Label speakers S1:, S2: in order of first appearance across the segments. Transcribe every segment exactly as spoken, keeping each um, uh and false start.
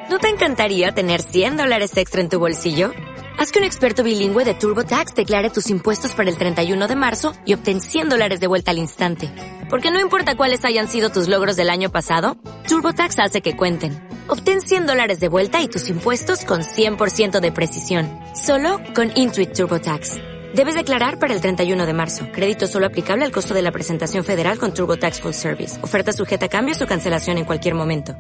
S1: ¿No te encantaría tener cien dólares extra en tu bolsillo? Haz que un experto bilingüe de TurboTax declare tus impuestos para el treinta y uno de marzo y obtén cien dólares de vuelta al instante. Porque no importa cuáles hayan sido tus logros del año pasado, TurboTax hace que cuenten. Obtén cien dólares de vuelta y tus impuestos con cien por ciento de precisión. Solo con Intuit TurboTax. Debes declarar para el treinta y uno de marzo. Crédito solo aplicable al costo de la presentación federal con TurboTax Full Service. Oferta sujeta a cambios o cancelación en cualquier momento.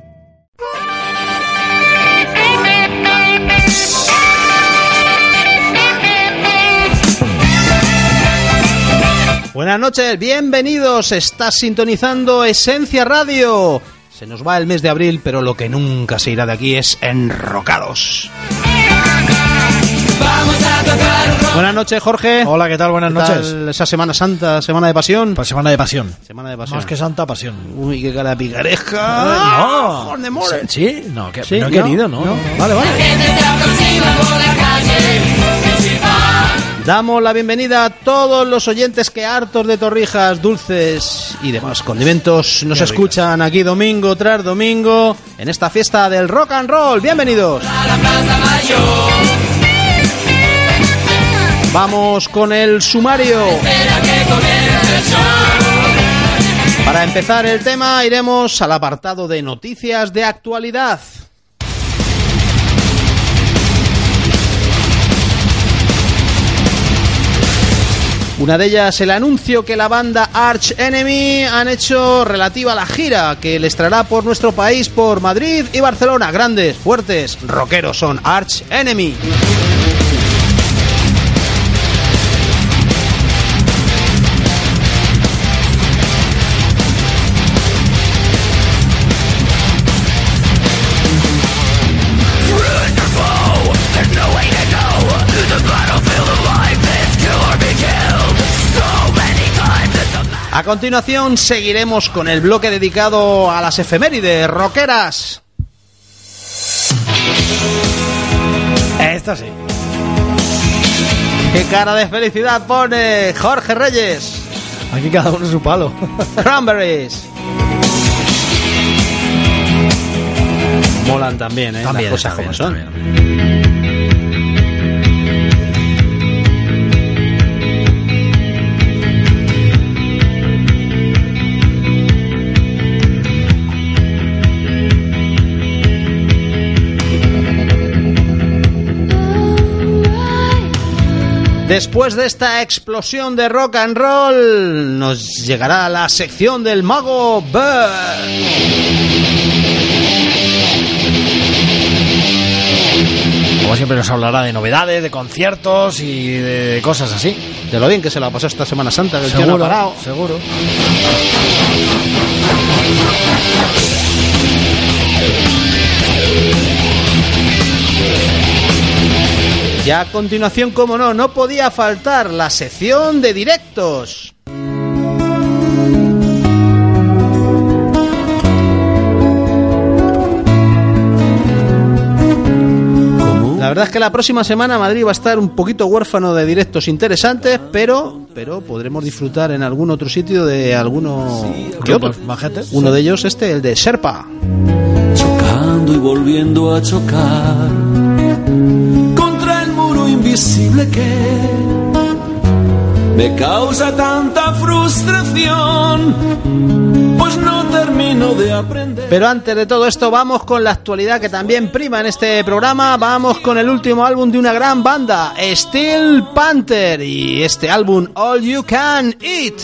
S2: Buenas noches, bienvenidos. Estás sintonizando Esencia Radio. Se nos va el mes de abril, pero lo que nunca se irá de aquí es enrocados. Vamos a tocar rock. Buenas noches, Jorge.
S3: Hola, ¿qué tal? Buenas
S2: ¿Qué
S3: noches.
S2: tal esa Semana Santa, Semana de Pasión?
S3: Pues Semana de Pasión.
S2: Semana de Pasión.
S3: Más que Santa, Pasión.
S2: Uy, qué cara picaresca.
S3: No.
S2: Jorge de More.
S3: Sí, no, que,
S2: Sí,
S3: no he
S2: ¿no?
S3: querido, ¿no?
S2: No.
S3: Vale, vale.
S2: Damos la bienvenida a todos los oyentes que, hartos de torrijas, dulces y demás condimentos, nos
S3: Qué
S2: escuchan aquí domingo tras domingo en esta fiesta del rock and roll. Bienvenidos. Vamos con el sumario. Para empezar el tema, iremos al apartado de noticias de actualidad. Una de ellas, el anuncio que la banda Arch Enemy han hecho relativa a la gira que les traerá por nuestro país, por Madrid y Barcelona. Grandes, fuertes, rockeros son Arch Enemy. A continuación seguiremos con el bloque dedicado a las efemérides rockeras.
S3: Esta sí.
S2: ¡Qué cara de felicidad pone Jorge Reyes!
S3: Aquí cada uno su palo.
S2: Cranberries. Molan también, ¿eh?
S3: También,
S2: Las cosas
S3: también,
S2: como son.
S3: también.
S2: Después de esta explosión de rock and roll, nos llegará la sección del Mago Bird.
S3: Como siempre nos hablará de novedades, de conciertos y de cosas así.
S2: De lo bien que se la pasó esta Semana Santa, que el tío
S3: Seguro,
S2: no ha parado.
S3: seguro.
S2: Y a continuación, como no, no podía faltar la sección de directos. La verdad es que la próxima semana Madrid va a estar un poquito huérfano de directos interesantes, pero pero podremos disfrutar en algún otro sitio de alguno que otro. Uno de ellos, este, el de Sherpa.
S4: Chocando y volviendo a chocar contra el muro invisible que me causa tanta frustración, pues no termino de aprender.
S2: Pero antes de todo esto, vamos con la actualidad que también prima en este programa. Vamos con el último álbum de una gran banda, Steel Panther, y este álbum, All You Can Eat.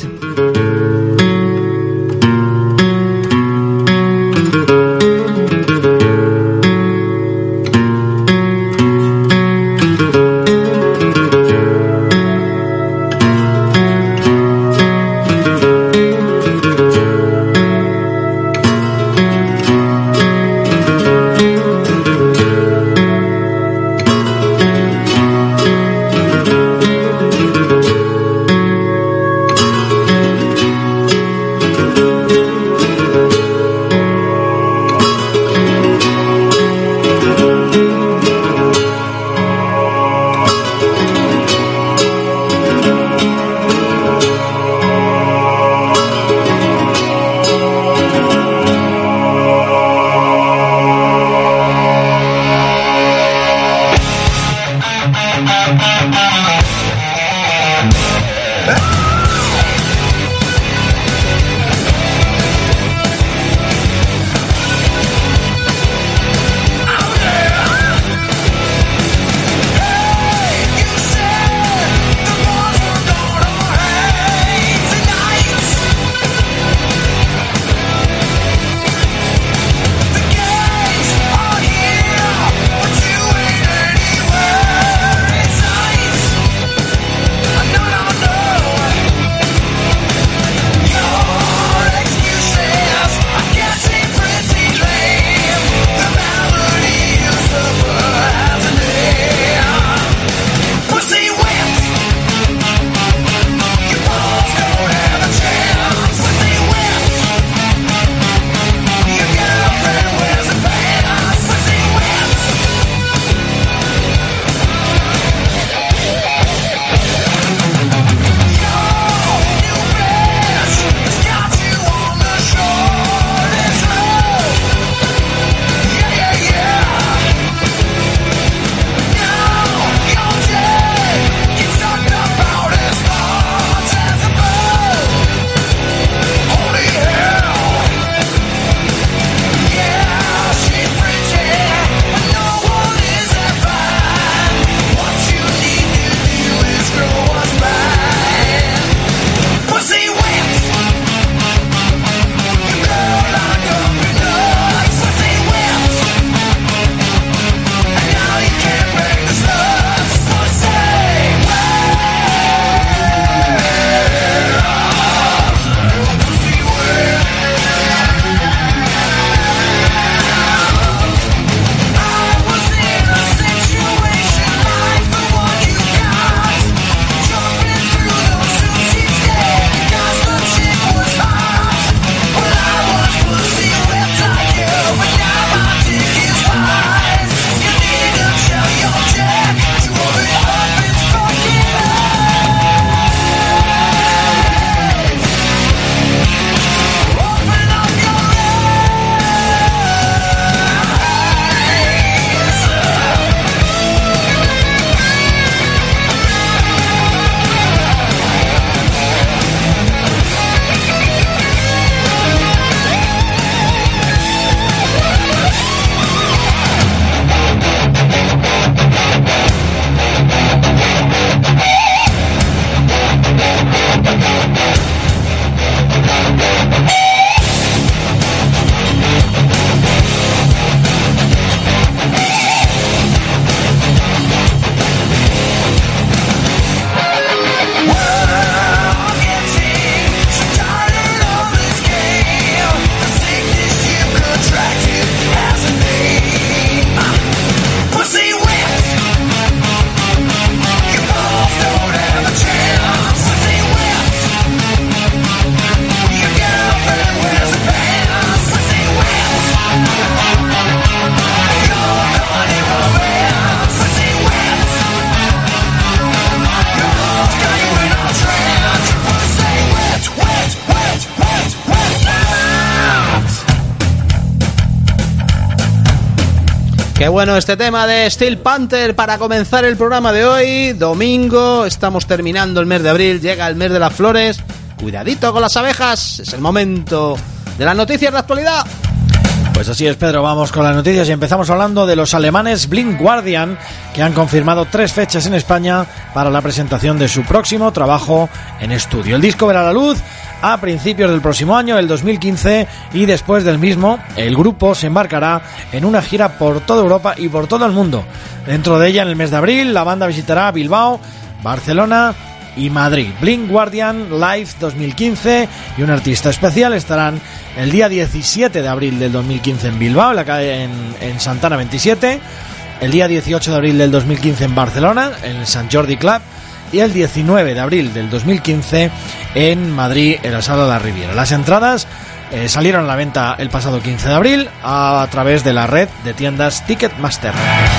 S2: Qué bueno este tema de Steel Panther para comenzar el programa de hoy. Domingo, estamos terminando el mes de abril, llega el mes de las flores. Cuidadito con las abejas, es el momento de las noticias de actualidad.
S3: Pues así es, Pedro, vamos con las noticias y empezamos hablando de los alemanes Blind Guardian, que han confirmado tres fechas en España para la presentación de su próximo trabajo en estudio. El disco verá la luz a principios del próximo año, el dos mil quince, y después del mismo, el grupo se embarcará en una gira por toda Europa y por todo el mundo. Dentro de ella, en el mes de abril, la banda visitará Bilbao, Barcelona y Madrid. Blind Guardian Live dos mil quince y un artista especial estarán el día diecisiete de abril del dos mil quince en Bilbao, en la calle en, en Santana veintisiete, el día dieciocho de abril del dos mil quince en Barcelona, en el Sant Jordi Club, y el diecinueve de abril del dos mil quince en Madrid, en la Sala de la Riviera. Las entradas eh, salieron a la venta el pasado quince de abril a, a través de la red de tiendas Ticketmaster.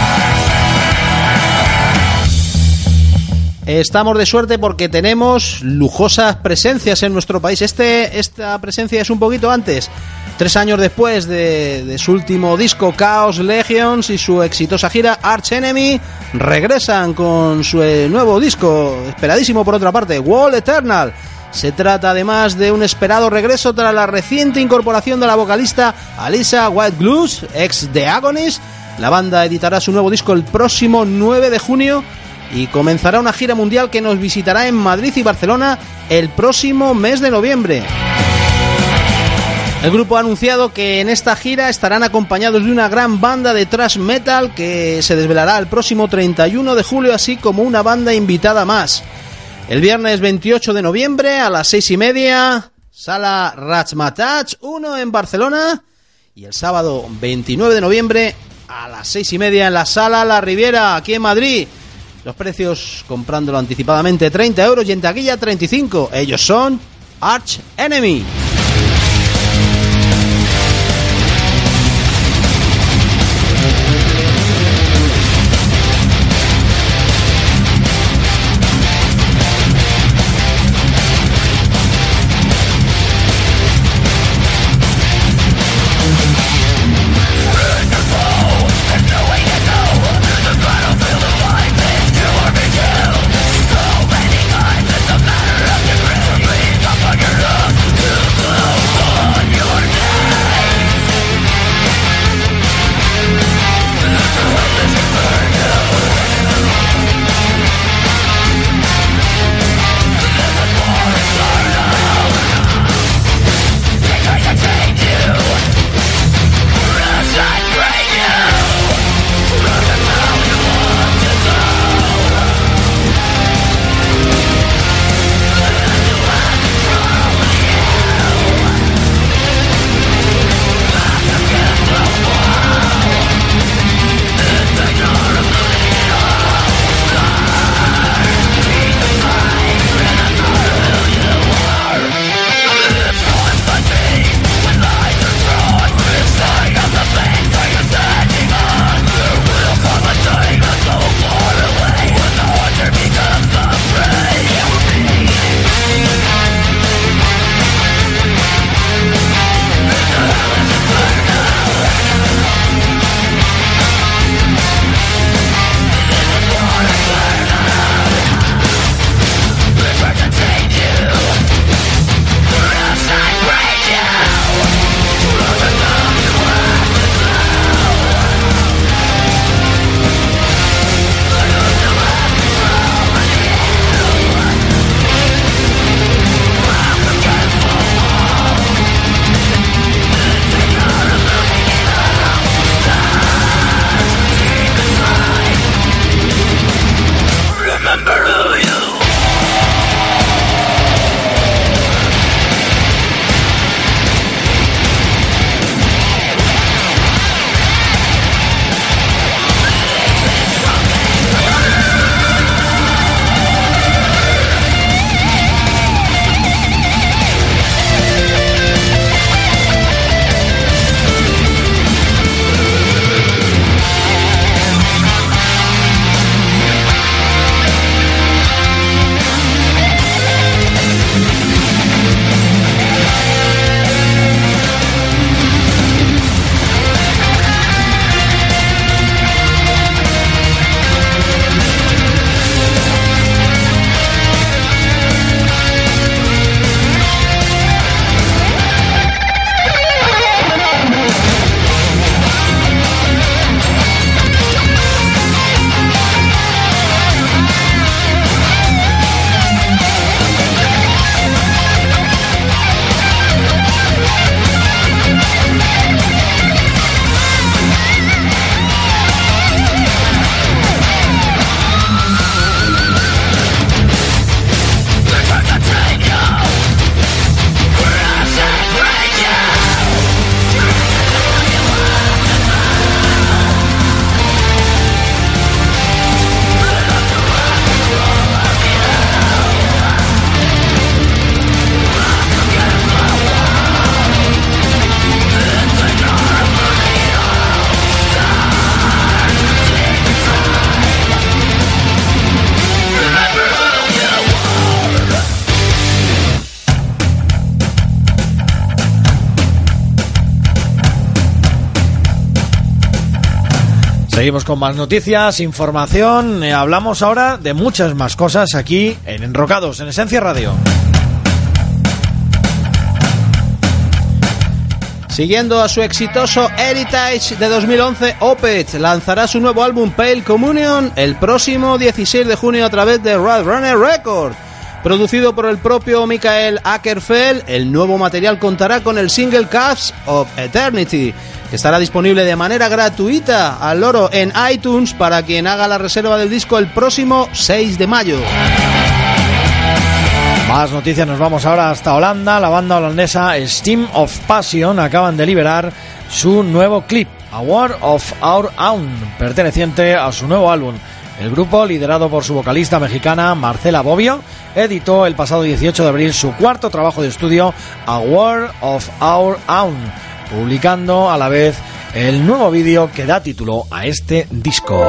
S2: Estamos de suerte porque tenemos lujosas presencias en nuestro país. Este, esta presencia es un poquito antes. Tres años después de, de su último disco, Chaos Legions, y su exitosa gira Arch Enemy, regresan con su nuevo disco, esperadísimo por otra parte, Wall Eternal. Se trata además de un esperado regreso tras la reciente incorporación de la vocalista Alisa White-Gluz, ex The Agonist. La banda editará su nuevo disco el próximo nueve de junio y comenzará una gira mundial que nos visitará en Madrid y Barcelona el próximo mes de noviembre. El grupo ha anunciado que en esta gira estarán acompañados de una gran banda de thrash metal que se desvelará el próximo treinta y uno de julio, así como una banda invitada más. El viernes veintiocho de noviembre a las seis y media, Sala Razzmatazz uno en Barcelona, y el sábado veintinueve de noviembre a las seis y media en la Sala La Riviera, aquí en Madrid. Los precios comprándolo anticipadamente treinta euros y en taquilla treinta y cinco. Ellos son Arch Enemy.
S5: It's a matter of degree. Up on your luck.
S3: Seguimos con más noticias, información, eh, hablamos ahora de muchas más cosas aquí en Enrocados, en Esencia Radio.
S2: Siguiendo a su exitoso Heritage de dos mil once, Opeth lanzará su nuevo álbum Pale Communion el próximo dieciséis de junio a través de Roadrunner Records. Producido por el propio Mikael Åkerfeldt, el nuevo material contará con el single Calves of Eternity, que estará disponible de manera gratuita al loro en iTunes para quien haga la reserva del disco el próximo seis de mayo.
S3: Más noticias, nos vamos ahora hasta Holanda. La banda holandesa Steam of Passion acaban de liberar su nuevo clip, A War of Our Own, perteneciente a su nuevo álbum. El grupo, liderado por su vocalista mexicana Marcela Bobbio, editó el pasado dieciocho de abril su cuarto trabajo de estudio, A War of Our Own, publicando a la vez el nuevo vídeo que da título a este disco.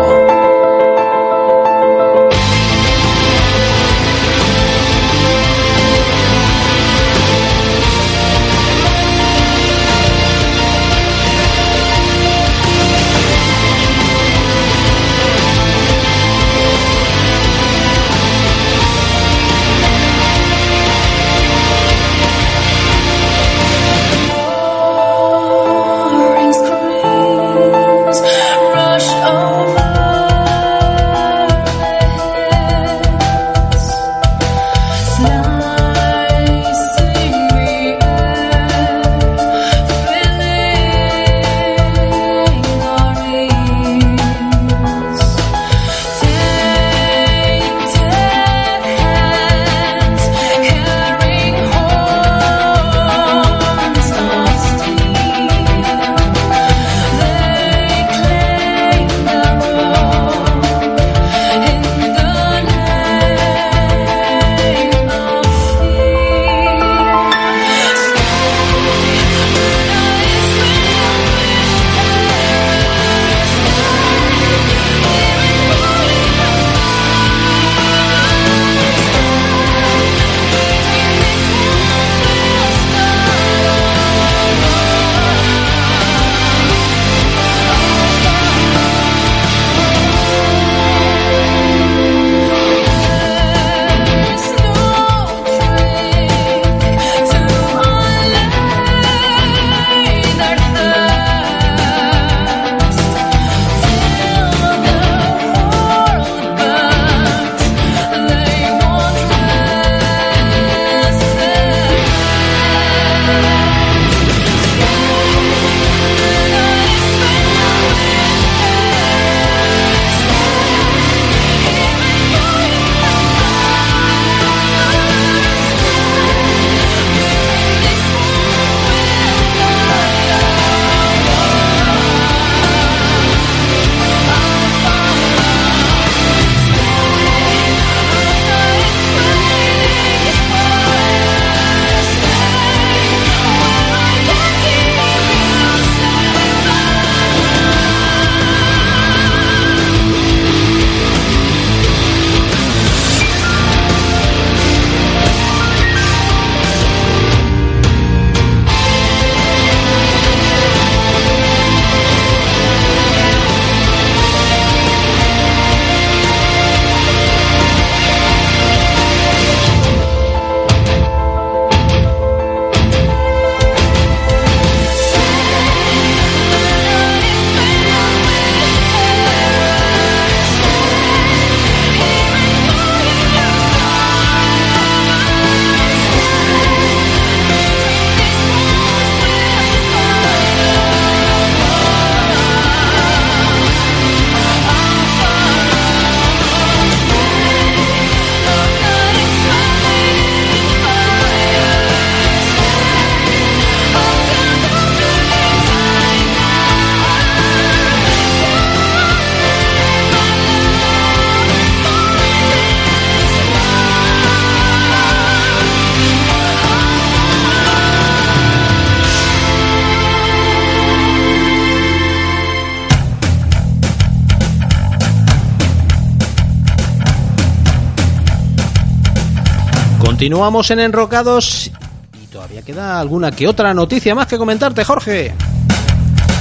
S2: Continuamos en Enrocados y todavía queda alguna que otra noticia más que comentarte, Jorge.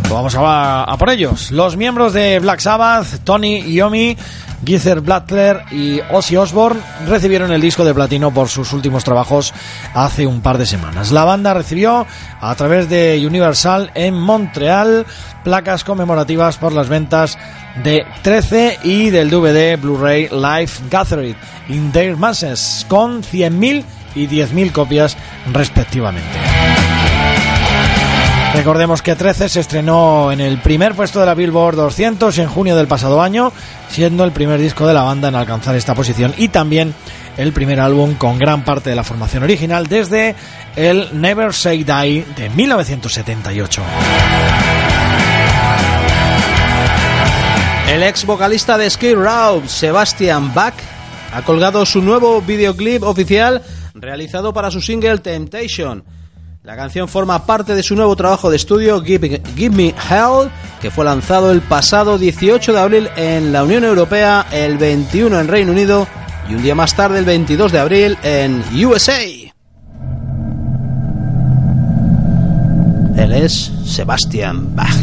S3: Vamos a, a por ellos. Los miembros de Black Sabbath, Tony Iommi, Geezer Butler y Ozzy Osbourne recibieron el disco de platino por sus últimos trabajos hace un par de semanas. La banda recibió a través de Universal en Montreal placas conmemorativas por las ventas de trece y del D V D Blu-ray Live Gathered in Their Masses con cien mil y diez mil copias respectivamente. Recordemos que trece se estrenó en el primer puesto de la Billboard doscientos en junio del pasado año, siendo el primer disco de la banda en alcanzar esta posición y también el primer álbum con gran parte de la formación original desde el Never Say Die de mil novecientos setenta y ocho.
S2: El ex vocalista de Skid Row, Sebastian Bach, ha colgado su nuevo videoclip oficial realizado para su single Temptation. La canción forma parte de su nuevo trabajo de estudio Give, Give Me Hell, que fue lanzado el pasado dieciocho de abril en la Unión Europea, el veintiuno en Reino Unido y un día más tarde, el veintidós de abril, en U S A. Él es Sebastian Bach.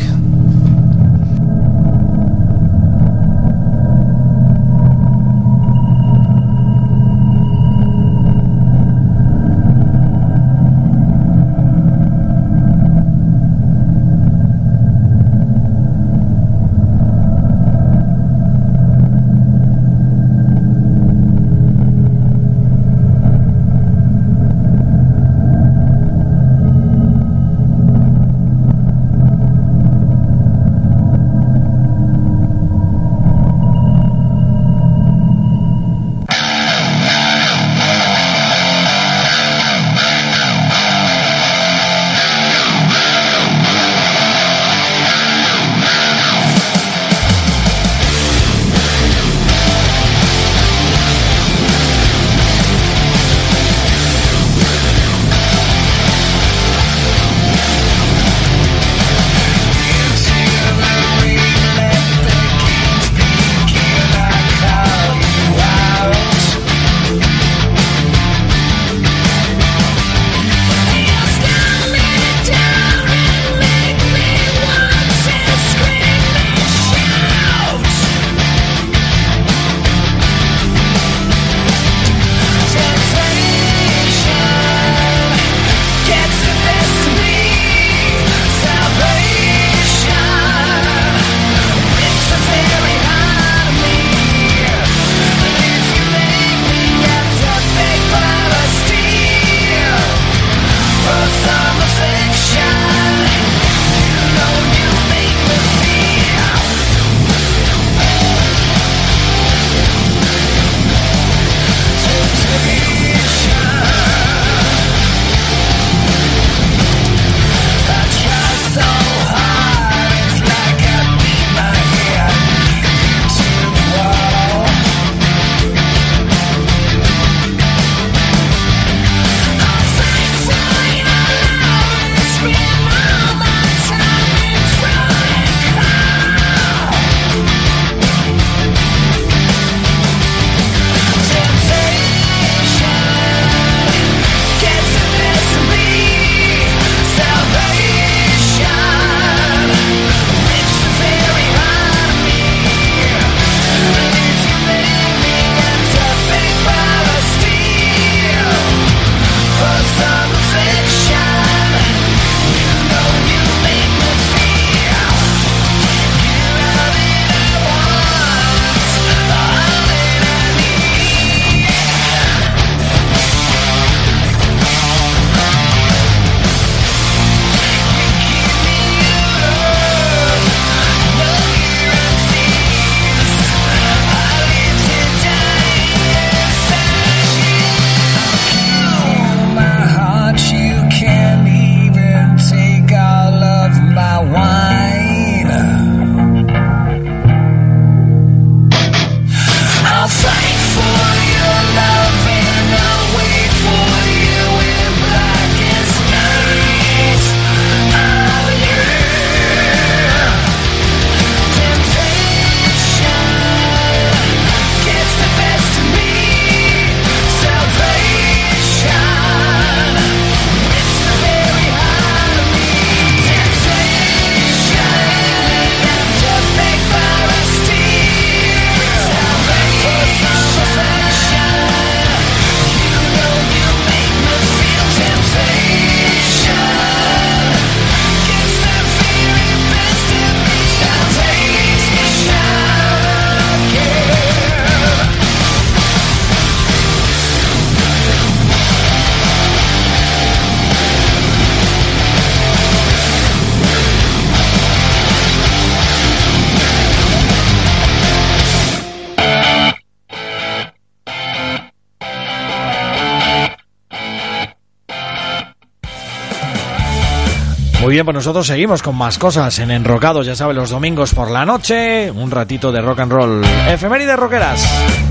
S3: Muy bien, pues nosotros seguimos con más cosas en Enrocados, ya saben, los domingos por la noche, un ratito de rock and roll. Efemérides rockeras.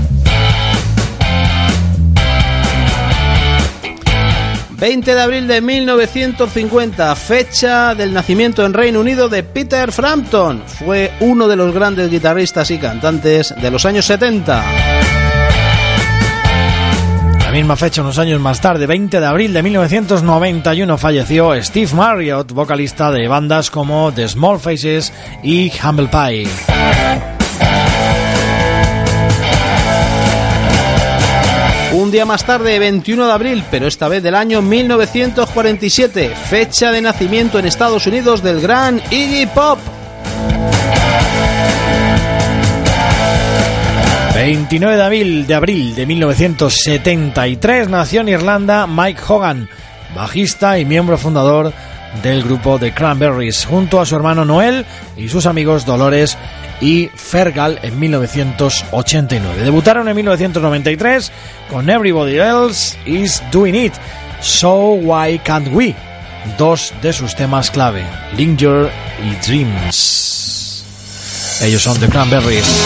S2: veinte de abril de mil novecientos cincuenta, fecha del nacimiento en Reino Unido de Peter Frampton. Fue uno de los grandes guitarristas y cantantes de los años setenta.
S3: La misma fecha, unos años más tarde, veinte de abril de mil novecientos noventa y uno, falleció Steve Marriott, vocalista de bandas como The Small Faces y Humble Pie.
S2: Un día más tarde, veintiuno de abril, pero esta vez del año mil novecientos cuarenta y siete, fecha de nacimiento en Estados Unidos del gran Iggy Pop.
S3: veintinueve de abril, de abril de mil novecientos setenta y tres, nació en Irlanda Mike Hogan, bajista y miembro fundador del grupo The Cranberries, junto a su hermano Noel y sus amigos Dolores y Fergal en mil novecientos ochenta y nueve. Debutaron en mil novecientos noventa y tres con Everybody Else Is Doing It, So Why Can't We, dos de sus temas clave, Linger y Dreams. Ellos son The Cranberries.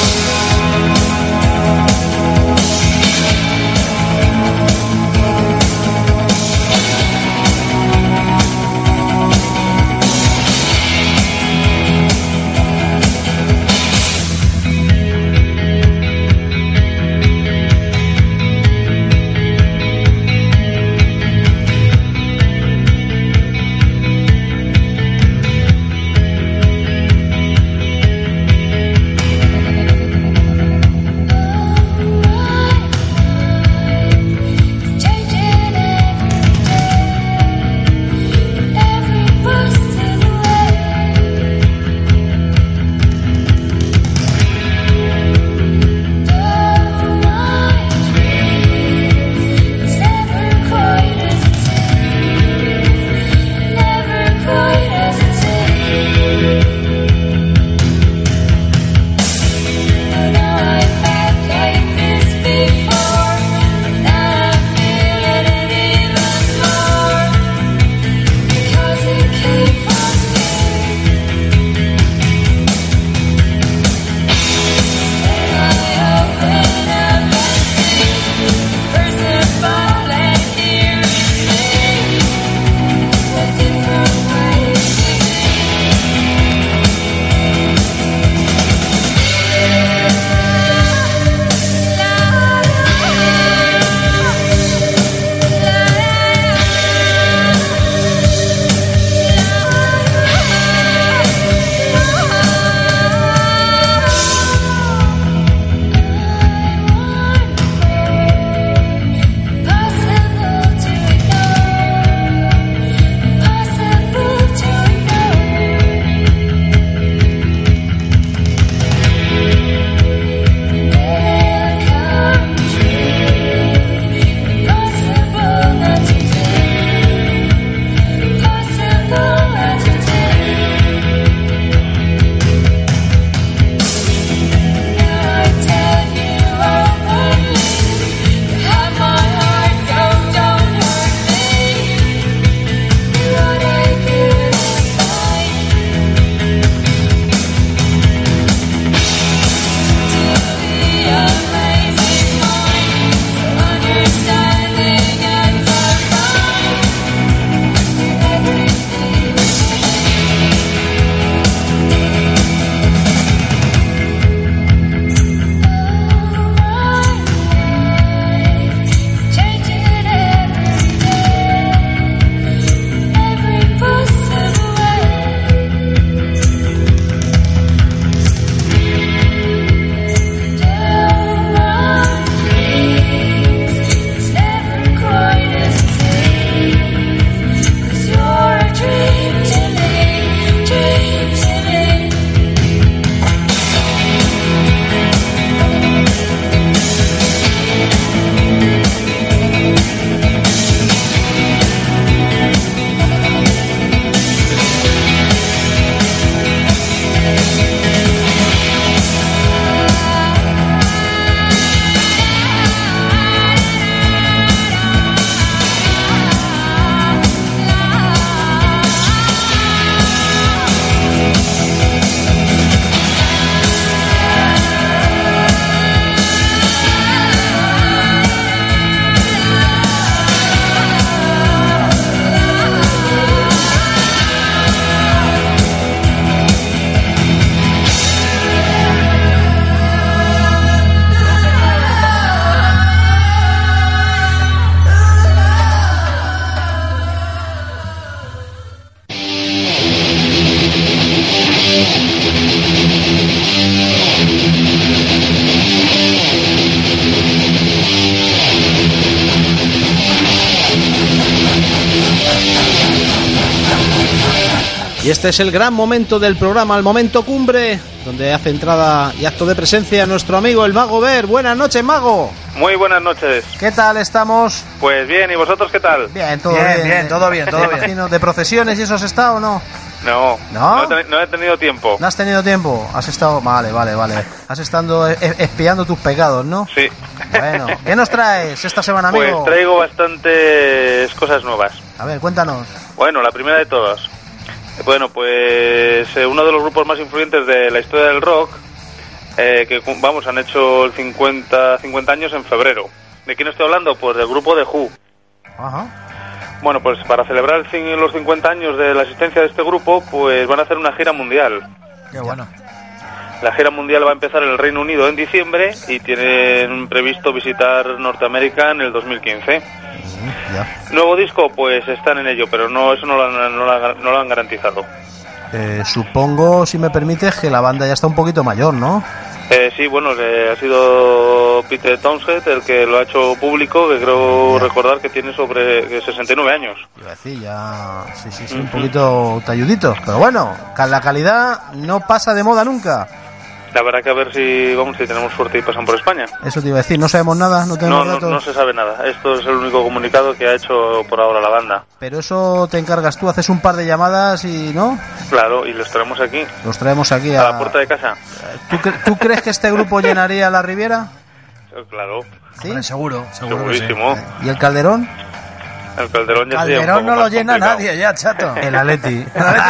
S2: Y este es el gran momento del programa, el momento cumbre, donde hace entrada y acto de presencia nuestro amigo el Mago Ver. Buenas noches, Mago.
S5: Muy buenas noches.
S2: ¿Qué tal estamos?
S5: Pues bien, ¿y vosotros qué tal?
S2: Bien, todo
S3: bien.
S2: Bien,
S3: bien, todo bien, todo bien.
S2: Imagino, ¿de procesiones y eso has estado o no?
S5: No,
S2: ¿No?
S5: No, he ten- no he tenido tiempo.
S2: ¿No has tenido tiempo? Has estado... Vale, vale, vale. Has estado e- e- espiando tus pecados, ¿no?
S5: Sí.
S2: Bueno, ¿qué nos traes esta semana, amigo?
S5: Pues traigo bastantes cosas nuevas.
S2: A ver, cuéntanos.
S5: Bueno, la primera de todas. Bueno, pues eh, uno de los grupos más influyentes de la historia del rock, eh, que vamos, han hecho el cincuenta, cincuenta años en febrero. ¿De quién estoy hablando? Pues del grupo de Who.
S2: Ajá.
S5: Bueno, pues para celebrar el cin- los cincuenta años de la existencia de este grupo, pues van a hacer una gira mundial.
S3: Qué bueno.
S5: La gira mundial va a empezar en el Reino Unido en diciembre y tienen previsto visitar Norteamérica en el dos mil quince.
S2: Ya.
S5: Nuevo disco, pues están en ello, pero no eso no lo han, no lo han, no lo han garantizado.
S2: Eh, supongo, si me permites, que la banda ya está un poquito mayor, ¿no?
S5: Eh, sí, bueno, eh, ha sido Peter Townshend el que lo ha hecho público, que creo
S2: Ya.
S5: recordar que tiene sobre sesenta y nueve años.
S2: Iba a decir, ya... Sí, sí, sí, un poquito talluditos. Pero bueno, ca- la calidad no pasa de moda nunca.
S5: La verdad que a ver si vamos si tenemos suerte y pasan por España.
S2: Eso te iba a decir, no sabemos nada, no
S5: No,
S2: tenemos
S5: no,
S2: datos.
S5: no se sabe nada. Esto es el único comunicado que ha hecho por ahora la banda.
S2: Pero eso te encargas tú, haces un par de llamadas y, ¿no?
S5: Claro, y los traemos aquí,
S2: Los traemos aquí
S5: a
S2: a...
S5: la puerta de casa.
S2: ¿Tú, cre- ¿Tú crees que este grupo llenaría la Riviera?
S5: Eh, Claro,
S2: ¿Sí?
S3: Hombre, seguro, seguro que sí.
S5: segurísimo.
S2: ¿Y el Calderón?
S5: El Calderón ya sería un
S3: Calderón
S5: poco
S3: no lo
S5: más
S3: llena
S5: complicado.
S3: nadie ya, chato.
S2: El Atleti.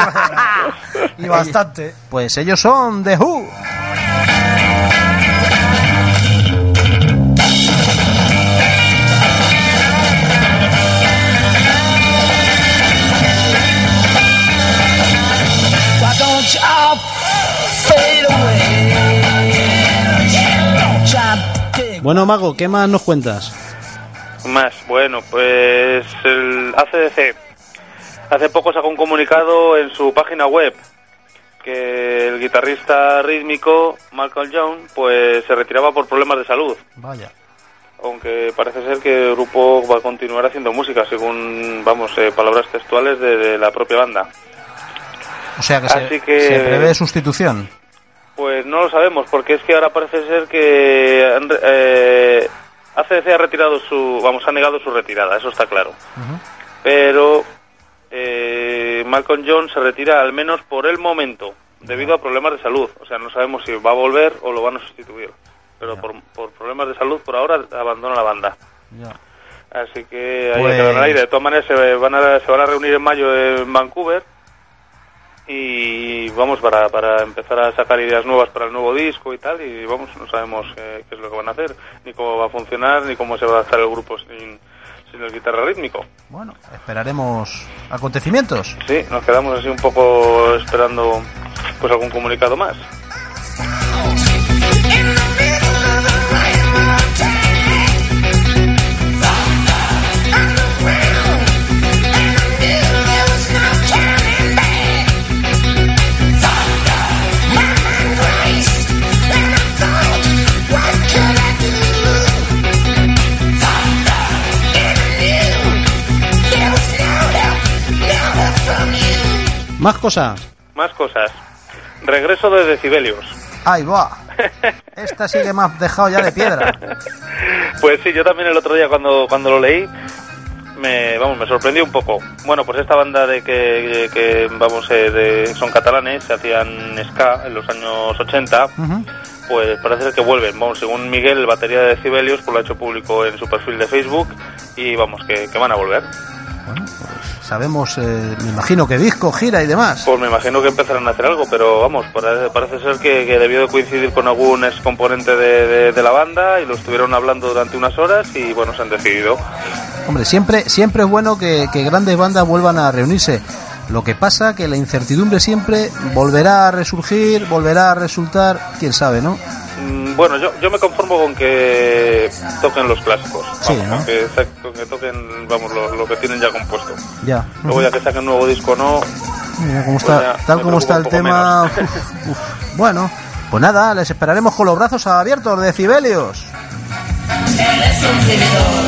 S3: Y bastante.
S2: Pues ellos son The Who. Bueno, Mago, ¿qué más nos cuentas?
S5: Más, bueno, pues el A C D C hace poco sacó un comunicado en su página web que el guitarrista rítmico Malcolm Young pues se retiraba por problemas de salud,
S2: Vaya.
S5: aunque parece ser que el grupo va a continuar haciendo música según, vamos, eh, palabras textuales de, de la propia banda.
S2: O sea que, se,
S5: Así que-
S2: se prevé sustitución.
S5: Pues no lo sabemos, porque es que ahora parece ser que han re- eh, A C D C ha retirado su, vamos, ha negado su retirada, eso está claro.
S2: Ujú.
S5: Pero eh, Malcolm Young se retira al menos por el momento, debido a problemas de salud. O sea, no sabemos si va a volver o lo van a sustituir. Pero
S2: Ya.
S5: por, por problemas de salud, por ahora abandona la banda.
S2: Ya.
S5: Así que ahí
S2: Pues-
S5: ha quedado en el aire. De todas maneras, se van a, se van a reunir en mayo en Vancouver. Y vamos, para, para empezar a sacar ideas nuevas para el nuevo disco y tal. Y vamos, no sabemos eh, qué es lo que van a hacer, ni cómo va a funcionar, ni cómo se va a adaptar el grupo sin, sin el guitarra rítmico.
S2: Bueno, esperaremos acontecimientos.
S5: Sí, nos quedamos así un poco esperando pues algún comunicado más.
S2: Más cosas.
S5: Más cosas. Regreso de Decibelios.
S2: Ahí va. Esta sí que me has dejado ya de piedra.
S5: Pues sí, yo también el otro día cuando, cuando lo leí me, vamos, me sorprendió un poco. Bueno, pues esta banda de que, que vamos, eh, de, son catalanes, se hacían ska en los años ochenta,
S2: Ujú.
S5: pues parece ser que vuelven. Vamos, según Miguel, el batería de Decibelios, pues lo ha hecho público en su perfil de Facebook y vamos, que, que van a volver.
S2: Bueno, pues sabemos, eh, me imagino que disco, gira y demás.
S5: Pues me imagino que empezarán a hacer algo, pero vamos, parece, parece ser que, que debió de coincidir con algún ex componente de, de, de la banda y lo estuvieron hablando durante unas horas y bueno, se han decidido.
S2: Hombre, siempre, siempre es bueno que, que grandes bandas vuelvan a reunirse. Lo que pasa que la incertidumbre siempre volverá a resurgir, volverá a resultar, quién sabe, ¿no?
S5: Mm, Bueno, yo, yo me conformo con que toquen los clásicos,
S2: Sí,
S5: vamos,
S2: ¿no?
S5: con, que, sa- con que toquen, vamos, lo, lo que tienen ya compuesto.
S2: Ya.
S5: Luego ya que saquen un nuevo disco o no,
S2: Mira cómo está,
S5: Pues ya,
S2: tal
S5: me
S2: como está el
S5: preocupa un
S2: tema.
S5: poco
S2: Uf, uf. Bueno, pues nada, les esperaremos con los brazos abiertos, decibelios.
S6: Eres un vividor.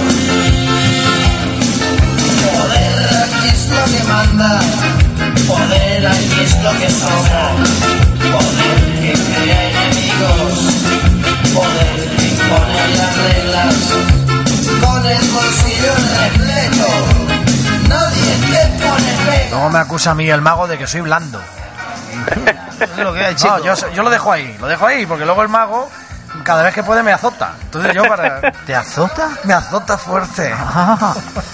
S6: Poder aquí es lo que manda. Poder aquí es lo que sobra. Poder que crea enemigos. Poder que impone las reglas. Con el bolsillo repleto. Nadie te pone pega.
S3: Luego me acusa a mí el mago de que soy blando.
S2: Es lo que hay, chico.
S3: No, yo, yo lo dejo ahí, lo dejo ahí, porque luego el mago cada vez que puede me azota. Entonces yo para...
S2: ¿Te azota?
S3: Me azota fuerte.
S2: Ah.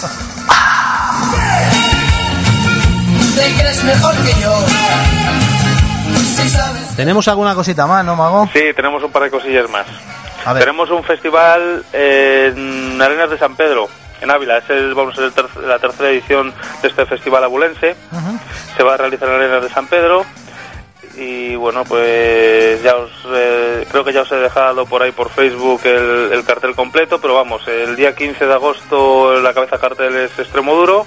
S6: Te crees mejor que yo. Si sabes.
S2: Tenemos alguna cosita más, ¿no, mago?
S5: Sí, tenemos un par de cosillas más.
S2: A ver.
S5: Tenemos un festival en Arenas de San Pedro, en Ávila. Es el, vamos a ser el ter- la tercera edición de este festival abulense.
S2: Uh-huh.
S5: Se va a realizar en Arenas de San Pedro. Y bueno, pues ya os eh, creo que ya os he dejado por ahí por Facebook el, el cartel completo, pero vamos, el día quince de agosto la cabeza de cartel es Extremoduro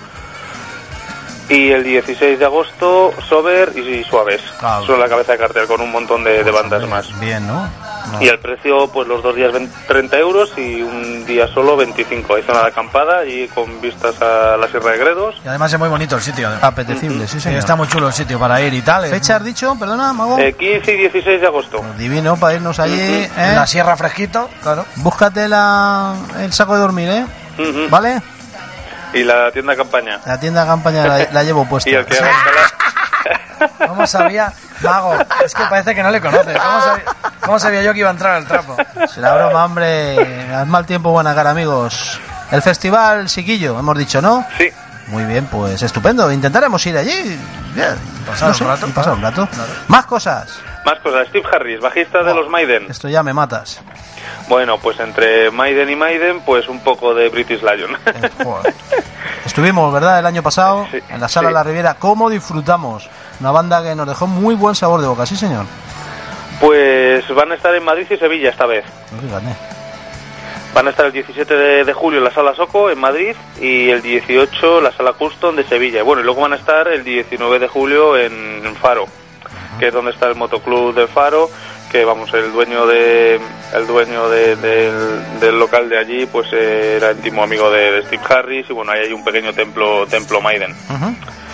S5: y el dieciséis de agosto Sober y, y Suaves.
S2: Claro.
S5: Son la cabeza de cartel con un montón de, de bandas más.
S2: Bien, ¿no? No.
S5: Y el precio, pues los dos días veinte, treinta euros y un día solo veinticinco. Hay zona de acampada y con vistas a la Sierra de Gredos.
S3: Y además es muy bonito el sitio.
S2: Apetecible, sí,
S3: Sí,
S2: señor.
S3: está muy chulo el sitio para ir y tal.
S2: ¿Fecha has dicho? Perdona, mago.
S5: Eh, quince y dieciséis de agosto.
S2: Divino para irnos allí, ¿eh?
S3: En la sierra fresquito, claro.
S2: Búscate la, el saco de dormir, ¿eh?
S5: Ujú.
S2: ¿Vale?
S5: Y la tienda de campaña.
S2: La tienda de campaña la, la llevo puesta.
S5: Y el que haga escala-
S3: ¿Cómo sabía? Mago, es que parece que no le conoces. ¿Cómo sabía, cómo sabía yo que iba a entrar al trapo?
S2: Será broma, hombre. Al mal tiempo, buena cara, amigos. El festival Siquillo, hemos dicho, ¿no?
S5: Sí.
S2: Muy bien, pues estupendo. Intentaremos ir allí. Bien,
S3: Pasar
S2: no
S3: un
S2: sé,
S3: rato,
S2: y pasar un
S3: claro.
S2: rato. Más cosas.
S5: Más cosas. Steve Harris, bajista de los Maiden.
S2: Esto ya me matas.
S5: Bueno, pues entre Maiden y Maiden, pues un poco de British Lion.
S2: Eh, joder. Estuvimos, ¿verdad? El año pasado
S5: Sí,
S2: en la sala
S5: sí.
S2: La Riviera. ¿Cómo disfrutamos? Una banda que nos dejó muy buen sabor de boca, sí, señor.
S5: Pues van a estar en Madrid y Sevilla esta vez.
S2: Fíjate.
S5: Van a estar el diecisiete de, de julio en la Sala Soco, en Madrid, y el dieciocho en la Sala Custom de Sevilla. Y bueno, y luego van a estar el diecinueve de julio en, en Faro, que es donde está el motoclub de Faro, que vamos, el dueño de el dueño de, del, del local de allí, pues eh, era íntimo amigo de, de Steve Harris, y bueno, ahí hay un pequeño templo templo Maiden.
S2: Ujú.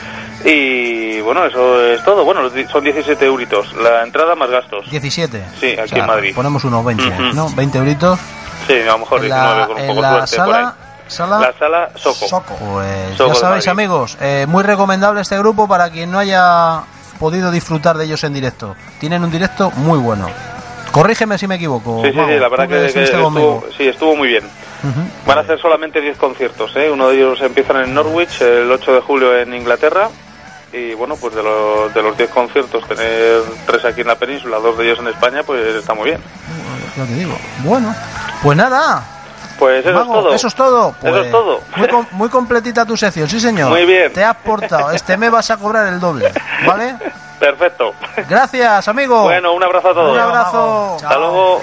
S5: Y bueno, eso es todo. Bueno, son diecisiete euritos, la entrada más gastos.
S2: diecisiete.
S5: Sí, aquí en Madrid.
S2: Ponemos unos veinte,
S5: Ujú.
S2: ¿no? veinte euritos.
S5: Sí, a lo mejor
S2: En
S5: diecinueve
S2: la,
S5: con un
S2: en
S5: poco
S2: la
S5: suerte por ahí.
S2: sala, sala,
S5: La Sala Soco.
S3: Soco.
S2: pues
S5: Soco
S2: ya
S5: de
S2: sabéis,
S5: Madrid.
S2: amigos, eh, muy recomendable este grupo para quien no haya podido disfrutar de ellos en directo. Tienen un directo muy bueno. Corrígeme si me equivoco.
S5: Sí, sí,
S2: Mago,
S5: sí, la verdad
S2: tú
S5: que, que
S2: estuviste
S5: estuvo,
S2: conmigo.
S5: sí, estuvo muy bien.
S2: Ujú.
S5: Van a hacer solamente diez conciertos, ¿eh? Uno de ellos empiezan en Norwich el ocho de julio en Inglaterra. Y bueno, pues de los de los diez conciertos, tener tres aquí en la península, dos de ellos en España, pues está muy bien.
S2: Ya te digo. Bueno, pues nada.
S5: Pues eso
S2: Mago,
S5: es todo.
S2: Eso es todo. Pues,
S5: Eso es todo.
S2: Muy, com- muy completita tu sección, sí, señor.
S5: Muy bien.
S2: Te has portado. Este mes vas a cobrar el doble, ¿vale?
S5: Perfecto.
S2: Gracias, amigo.
S5: Bueno, un abrazo a todos.
S2: Un abrazo.
S5: Hasta luego.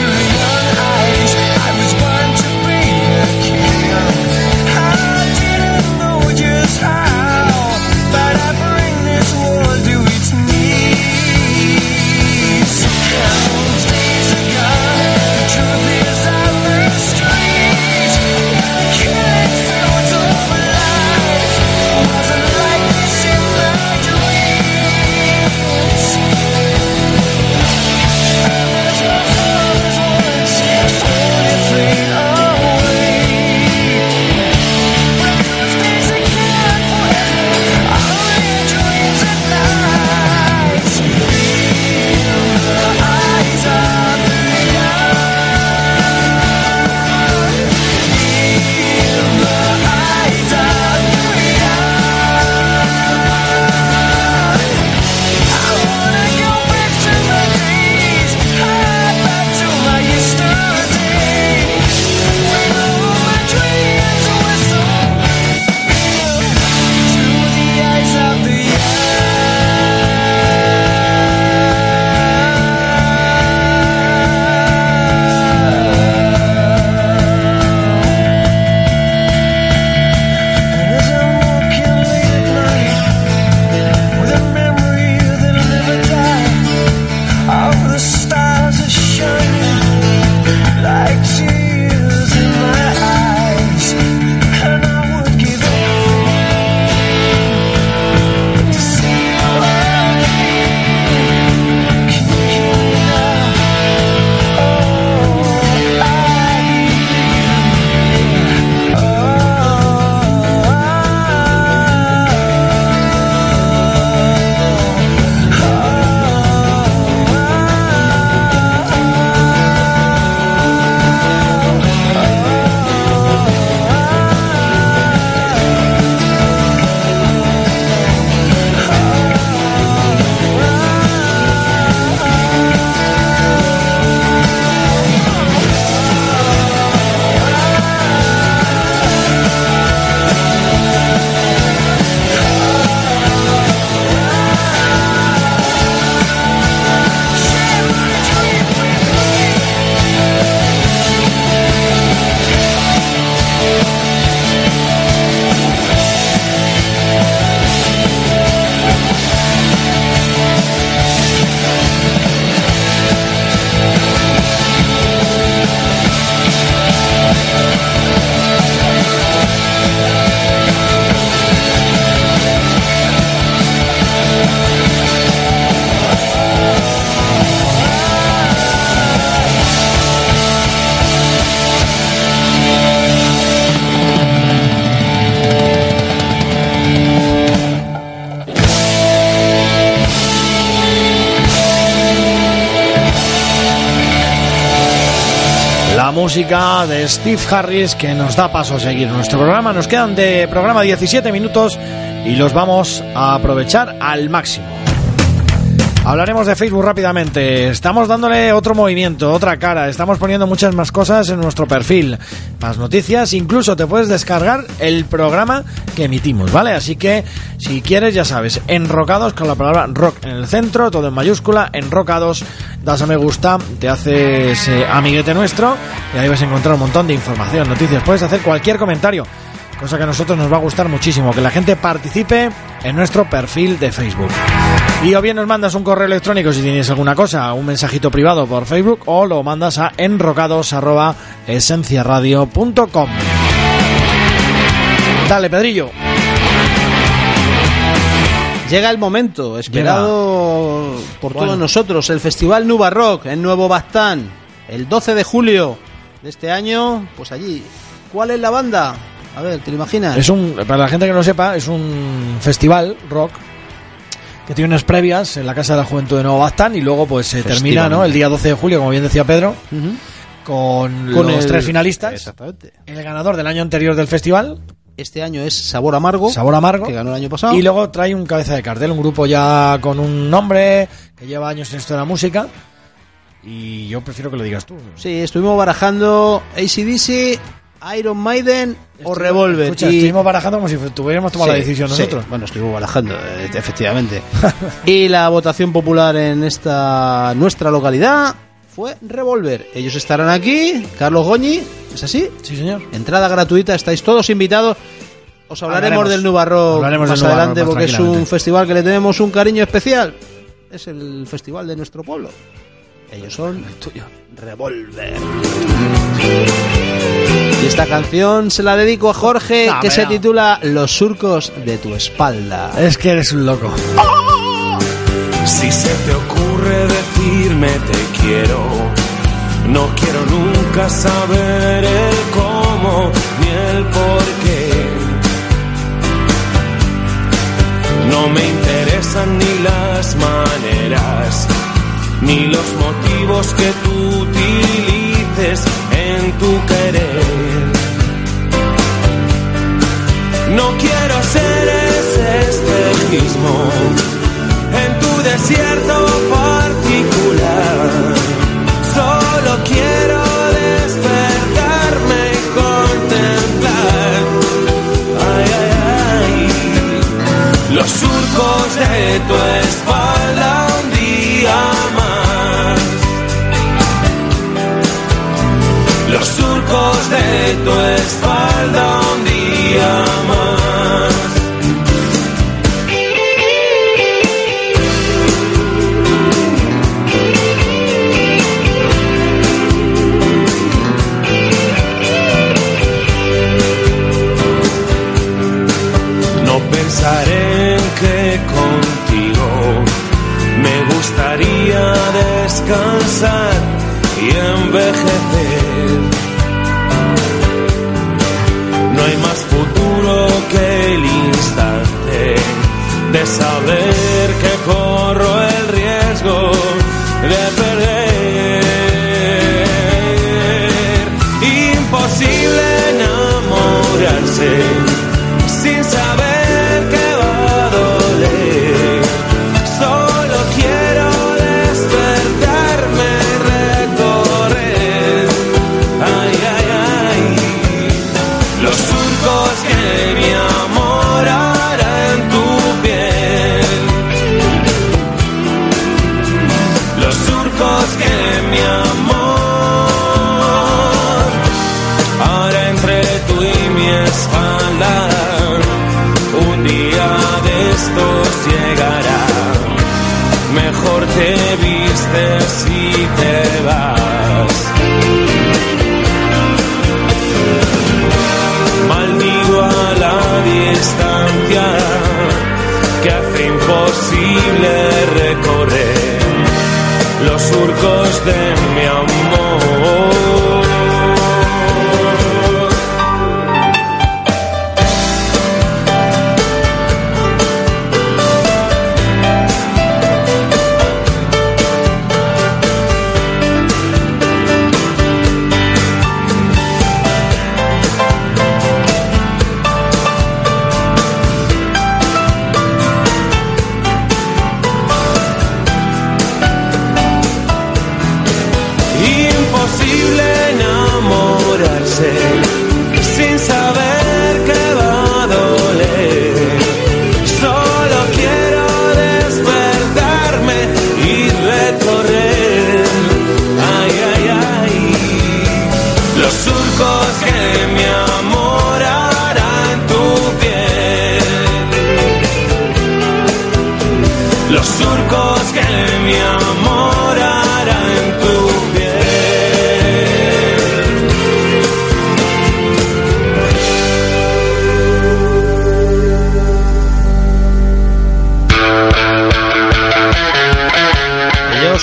S4: I was born to be a king. I didn't
S3: música de Steve Harris que nos da paso a seguir nuestro programa. Nos quedan de programa diecisiete minutos y los vamos a aprovechar al máximo. Hablaremos de Facebook rápidamente. Estamos dándole otro movimiento, otra cara. Estamos poniendo muchas más cosas en nuestro perfil. Más noticias. Incluso te puedes descargar el programa que emitimos, ¿vale? Así que, si quieres, ya sabes, Enrocados, con la palabra rock en el centro, todo en mayúscula, Enrocados, das a me gusta, te haces eh, amiguete nuestro y ahí vas a encontrar un montón de información, noticias. Puedes hacer cualquier comentario, cosa que a nosotros nos va a gustar muchísimo, que la gente participe en nuestro perfil de Facebook. Y o bien nos mandas un correo electrónico si tienes alguna cosa, un mensajito privado por Facebook, o lo mandas a enrocados arroba esenciaradio punto com. Dale, Pedrillo.
S2: Llega el momento esperado Llega. por bueno. todos nosotros, el Festival Nuba Rock en Nuevo Baztán, el doce de julio de este año. Pues allí, ¿cuál es la banda? A ver, ¿te lo imaginas?
S3: Es un, para la gente que no lo sepa, es un festival rock que tiene unas previas en la Casa de la Juventud de Nuevo Baztán y luego pues se termina, ¿no?, el día doce de julio, como bien decía Pedro, uh-huh. con, con los el... tres finalistas.
S2: Exactamente.
S3: El ganador del año anterior del festival.
S2: Este año es Sabor Amargo.
S3: Sabor Amargo.
S2: Que ganó el año pasado.
S3: Y luego trae un cabeza de cartel, un grupo ya con un nombre, que lleva años en esto de la música. Y yo prefiero que lo digas tú.
S2: Sí, estuvimos barajando A C D C, Iron Maiden o Revolver.
S3: Escucha,
S2: y...
S3: estuvimos barajando como si tuviéramos tomado sí, la decisión nosotros.
S2: Sí. Bueno, estuvimos barajando, efectivamente. Y la votación popular en esta nuestra localidad fue Revolver. Ellos estarán aquí, Carlos Goñi, ¿es así?
S3: Sí, señor.
S2: Entrada gratuita, estáis todos invitados. Os hablaremos, hablaremos del Nuba Rock más del adelante Nuba Rock, porque es un festival que le tenemos un cariño especial. Es el festival de nuestro pueblo. Ellos son el tuyo, Revolver. Y esta canción se la dedico a Jorge, no, que se no. titula Los surcos de tu espalda.
S3: Es que eres un loco.
S4: ¡Oh! Si se te ocurre decirme te quiero, no quiero nunca saber el cómo ni el por qué. No me interesan ni las maneras ni los motivos que tú utilices en tu querer. No quiero ser ese espejismo en tu desierto particular. Solo quiero despertarme y contemplar, ay, ay, ay, los surcos de tu espalda un día más. Los surcos de tu espalda un día más. No pensaré en que contigo me gustaría descansar y envejecer. No hay más futuro que el instante de saber que corro el riesgo de perder. Imposible enamorarse sin saber que va a doler. Solo quiero despertarme y recorrer, ay, ay, ay, los surcos que mi amor hará en tu piel. Los surcos que mi amor hará entre tú y mi espalda. Un día de estos llegará, mejor te vistes y te vas. Maldigo a la distancia que hace imposible recorrer los surcos de mi amor.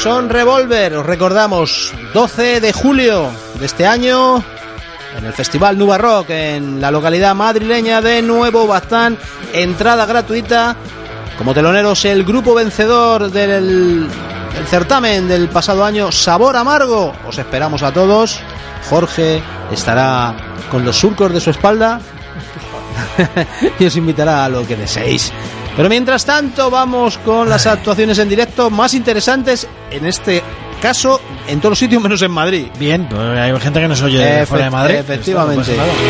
S2: Son Revolver, os recordamos, doce de julio de este año, en el Festival Nuba Rock, en la localidad madrileña de Nuevo Baztán, entrada gratuita. Como teloneros, el grupo vencedor del, del certamen del pasado año, Sabor Amargo. Os esperamos a todos. Jorge estará con los surcos de su espalda y os invitará a lo que deseéis. Pero mientras tanto, vamos con las actuaciones en directo más interesantes, en este caso, en todos los sitios menos en Madrid.
S3: Bien, pues hay gente que nos oye Efe- fuera de Madrid.
S2: Efectivamente.
S3: Esto no pasa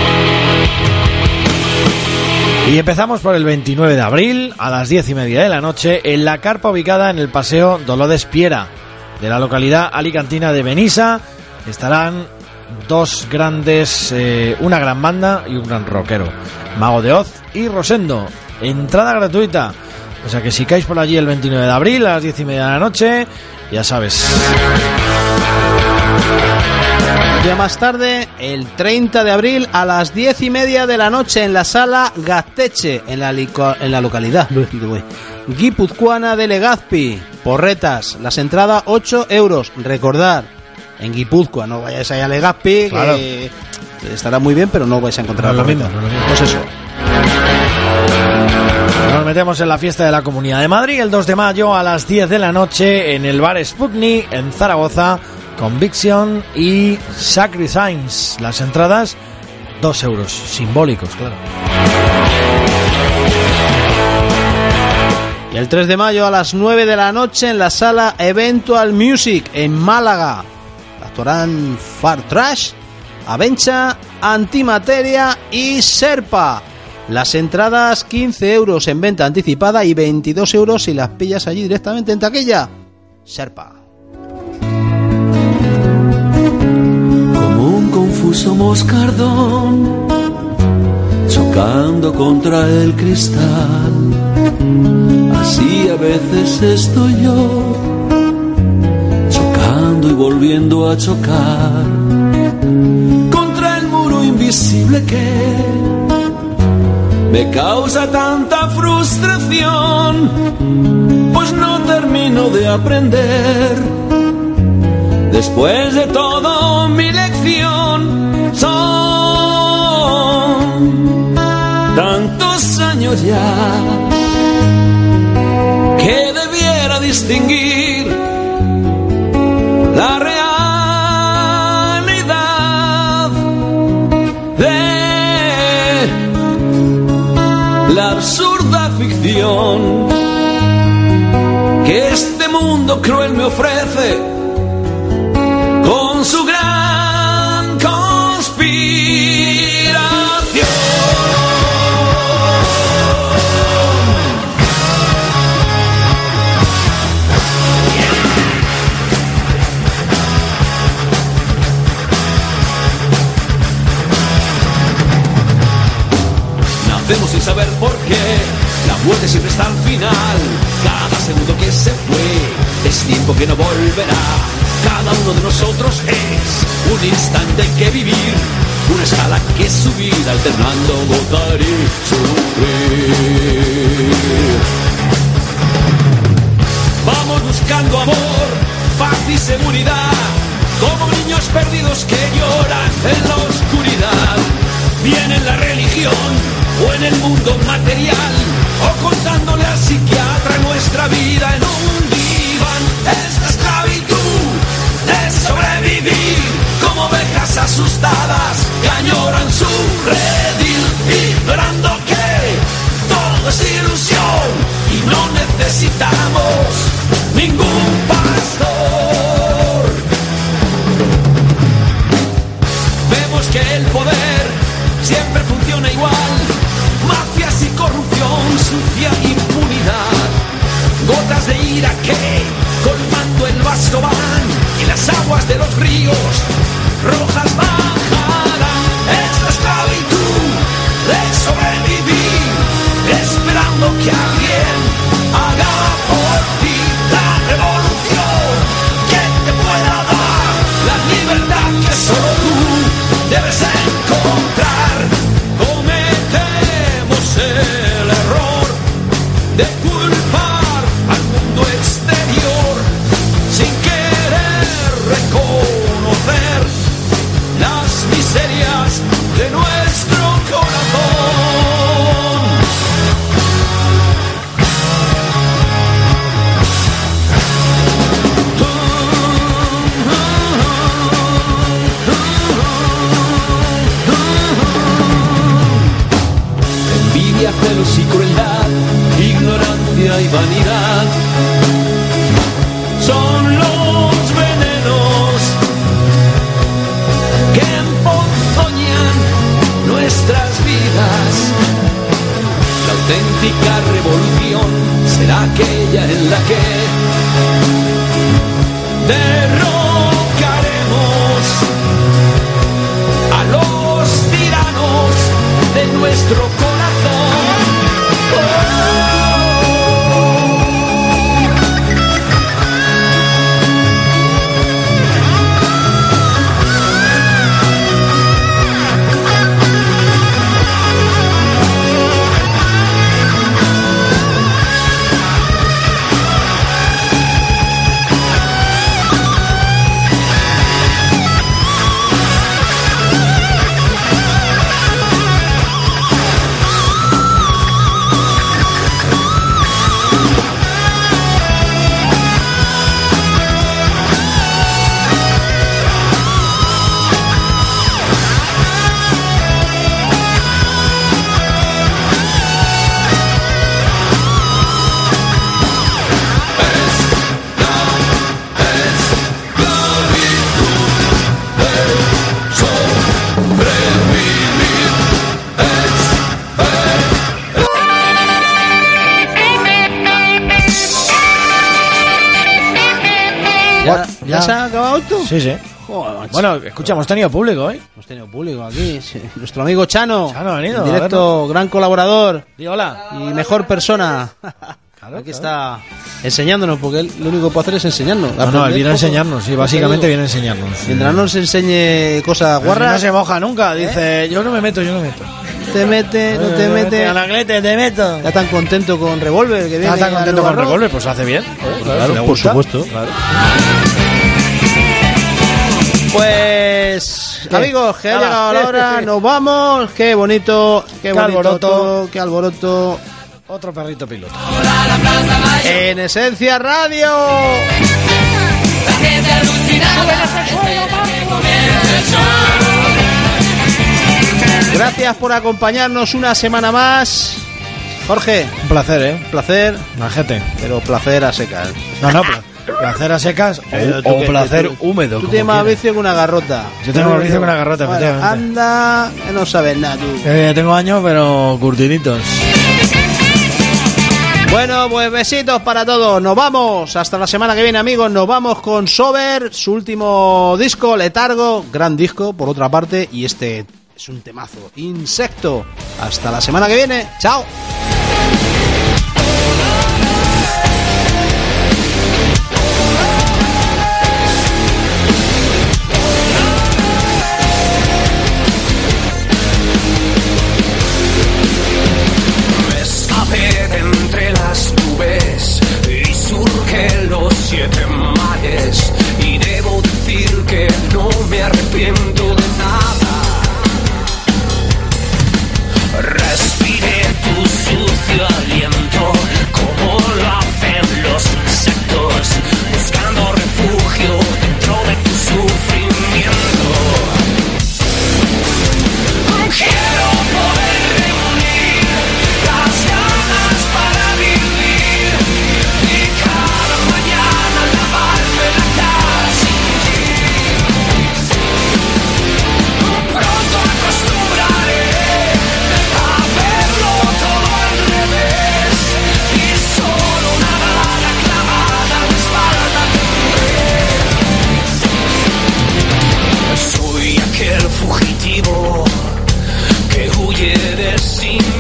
S3: nada. Y empezamos por el veintinueve de abril a las diez y media de la noche en la carpa ubicada en el Paseo Dolores Piera de la localidad alicantina de Benissa. Estarán dos grandes, eh, una gran banda y un gran rockero, Mago de Oz y Rosendo. Entrada gratuita. O sea que si caes por allí el veintinueve de abril a las diez y media de la noche, ya sabes.
S2: Un día más tarde, el treinta de abril a las diez y media de la noche en la sala Gazteche, en la, lico, en la localidad guipuzcoana de Legazpi. Porretas, las entradas ocho euros. Recordad, en Guipúzcoa, no vayáis allá a Legazpi, claro, que estará muy bien, pero no vais a encontrar
S3: no
S2: la misma.
S3: no
S2: Pues eso.
S3: Nos metemos en la fiesta de la Comunidad de Madrid el dos de mayo a las diez de la noche en el bar Sputnik en Zaragoza. Conviction y Sacrifice. Las entradas dos euros, simbólicos, claro.
S2: Y el tres de mayo a las nueve de la noche en la sala Eventual Music en Málaga. Actuarán Far Trash, Avencha, Antimateria y Serpa. Las entradas quince euros en venta anticipada y veintidós euros si las pillas allí directamente en taquilla. Serpa.
S7: Como un confuso moscardón chocando contra el cristal, así a veces estoy yo, chocando y volviendo a chocar contra el muro invisible que me causa tanta frustración, pues no termino de aprender. Después de todo mi lección, son tantos años ya que debiera distinguir la realidad de la absurda ficción que este mundo cruel me ofrece con su gran conspiración. Nacemos sin saber por qué, la muerte siempre está al final. Cada segundo que se fue es tiempo que no volverá. Cada uno de nosotros es un instante que vivir, una escala que subir, alternando gozar y sufrir. Vamos buscando amor, paz y seguridad, como niños perdidos que lloran en la oscuridad. Bien en la religión o en el mundo material, o contándole al psiquiatra nuestra vida en un diván. Esta esclavitud de sobrevivir como ovejas asustadas que añoran su redil, ignorando que todo es ilusión y no necesitamos ningún pastor. Vemos que el poder siempre funciona igual, mafias y corrupción, sucia impunidad, gotas de ira que colmando el vaso van y las aguas de los ríos rojas bajarán. Esta esclavitud celos y crueldad, ignorancia y vanidad. Son los venenos que emponzoñan nuestras vidas. La auténtica revolución será aquella en la que derrocaremos a los tiranos de nuestro corazón. Oh.
S2: ¿Ya, ¿Ya se ha acabado esto?
S3: Sí, sí.
S2: Joder,
S3: bueno, escucha, hemos tenido público hoy.
S2: Hemos tenido público aquí. Sí. Nuestro amigo Chano.
S3: Chano ha venido.
S2: En directo, gran colaborador.
S3: Di hola.
S2: Y mejor persona.
S3: Claro,
S2: aquí
S3: claro.
S2: está enseñándonos, porque él lo único que puede hacer es enseñarnos.
S3: No, no, él viene a enseñarnos, sí, básicamente viene a enseñarnos.
S2: Mientras no nos enseñe cosas guarras.
S3: No se moja nunca, dice, ¿Eh? yo no me meto, yo no me meto.
S2: Te mete, no te
S3: eh,
S2: mete.
S3: Anaglete, te meto.
S2: Está tan contento con Revolver que viene.
S3: Está tan contento con Revolver, pues hace bien.
S2: Eh, claro,
S3: le
S2: por
S3: gusta.
S2: supuesto.
S3: Claro.
S2: Pues
S3: ¿Qué?
S2: amigos, que ha
S3: Nada.
S2: llegado la hora, nos vamos. Qué bonito, qué,
S3: Qué
S2: bonito
S3: alboroto.
S2: todo, qué alboroto.
S3: Otro perrito piloto.
S2: En Esencia Radio. Gracias por acompañarnos una semana más. Jorge,
S3: Un placer, ¿eh?
S2: placer,
S3: Majete.
S2: pero placer a secas.
S3: No, no, pla- placer a secas
S2: Pero
S3: o,
S2: tú
S3: o
S2: que-
S3: placer
S2: tú-
S3: húmedo.
S2: Tú
S3: como
S2: tienes más
S3: quieras.
S2: vicio que una garrota.
S3: Yo tengo más vicio que una garrota,
S2: Bueno,
S3: efectivamente.
S2: anda, que no sabes nada tú.
S3: Eh, tengo años, pero curtiditos.
S2: Bueno, pues besitos para todos. Nos vamos. Hasta la semana que viene, amigos. Nos vamos con Sober, su último disco, Letargo. Gran disco, por otra parte. Y este es un temazo. Insecto. Hasta la semana que viene. Chao.
S4: Me escapé de entre las nubes y surgen los siete mares, y debo decir que no me arrepiento de nada. Respiré tu sucio aliento como lo hacen los insectos, buscando refugio dentro de tu sufrimiento. Quiero poder reunir las ganas para vivir y cada mañana lavarme la cara sin ti. Pronto acostumbraré a verlo todo al revés y solo una bala clavada en la espalda tendré. Soy aquel fugitivo que huye de sí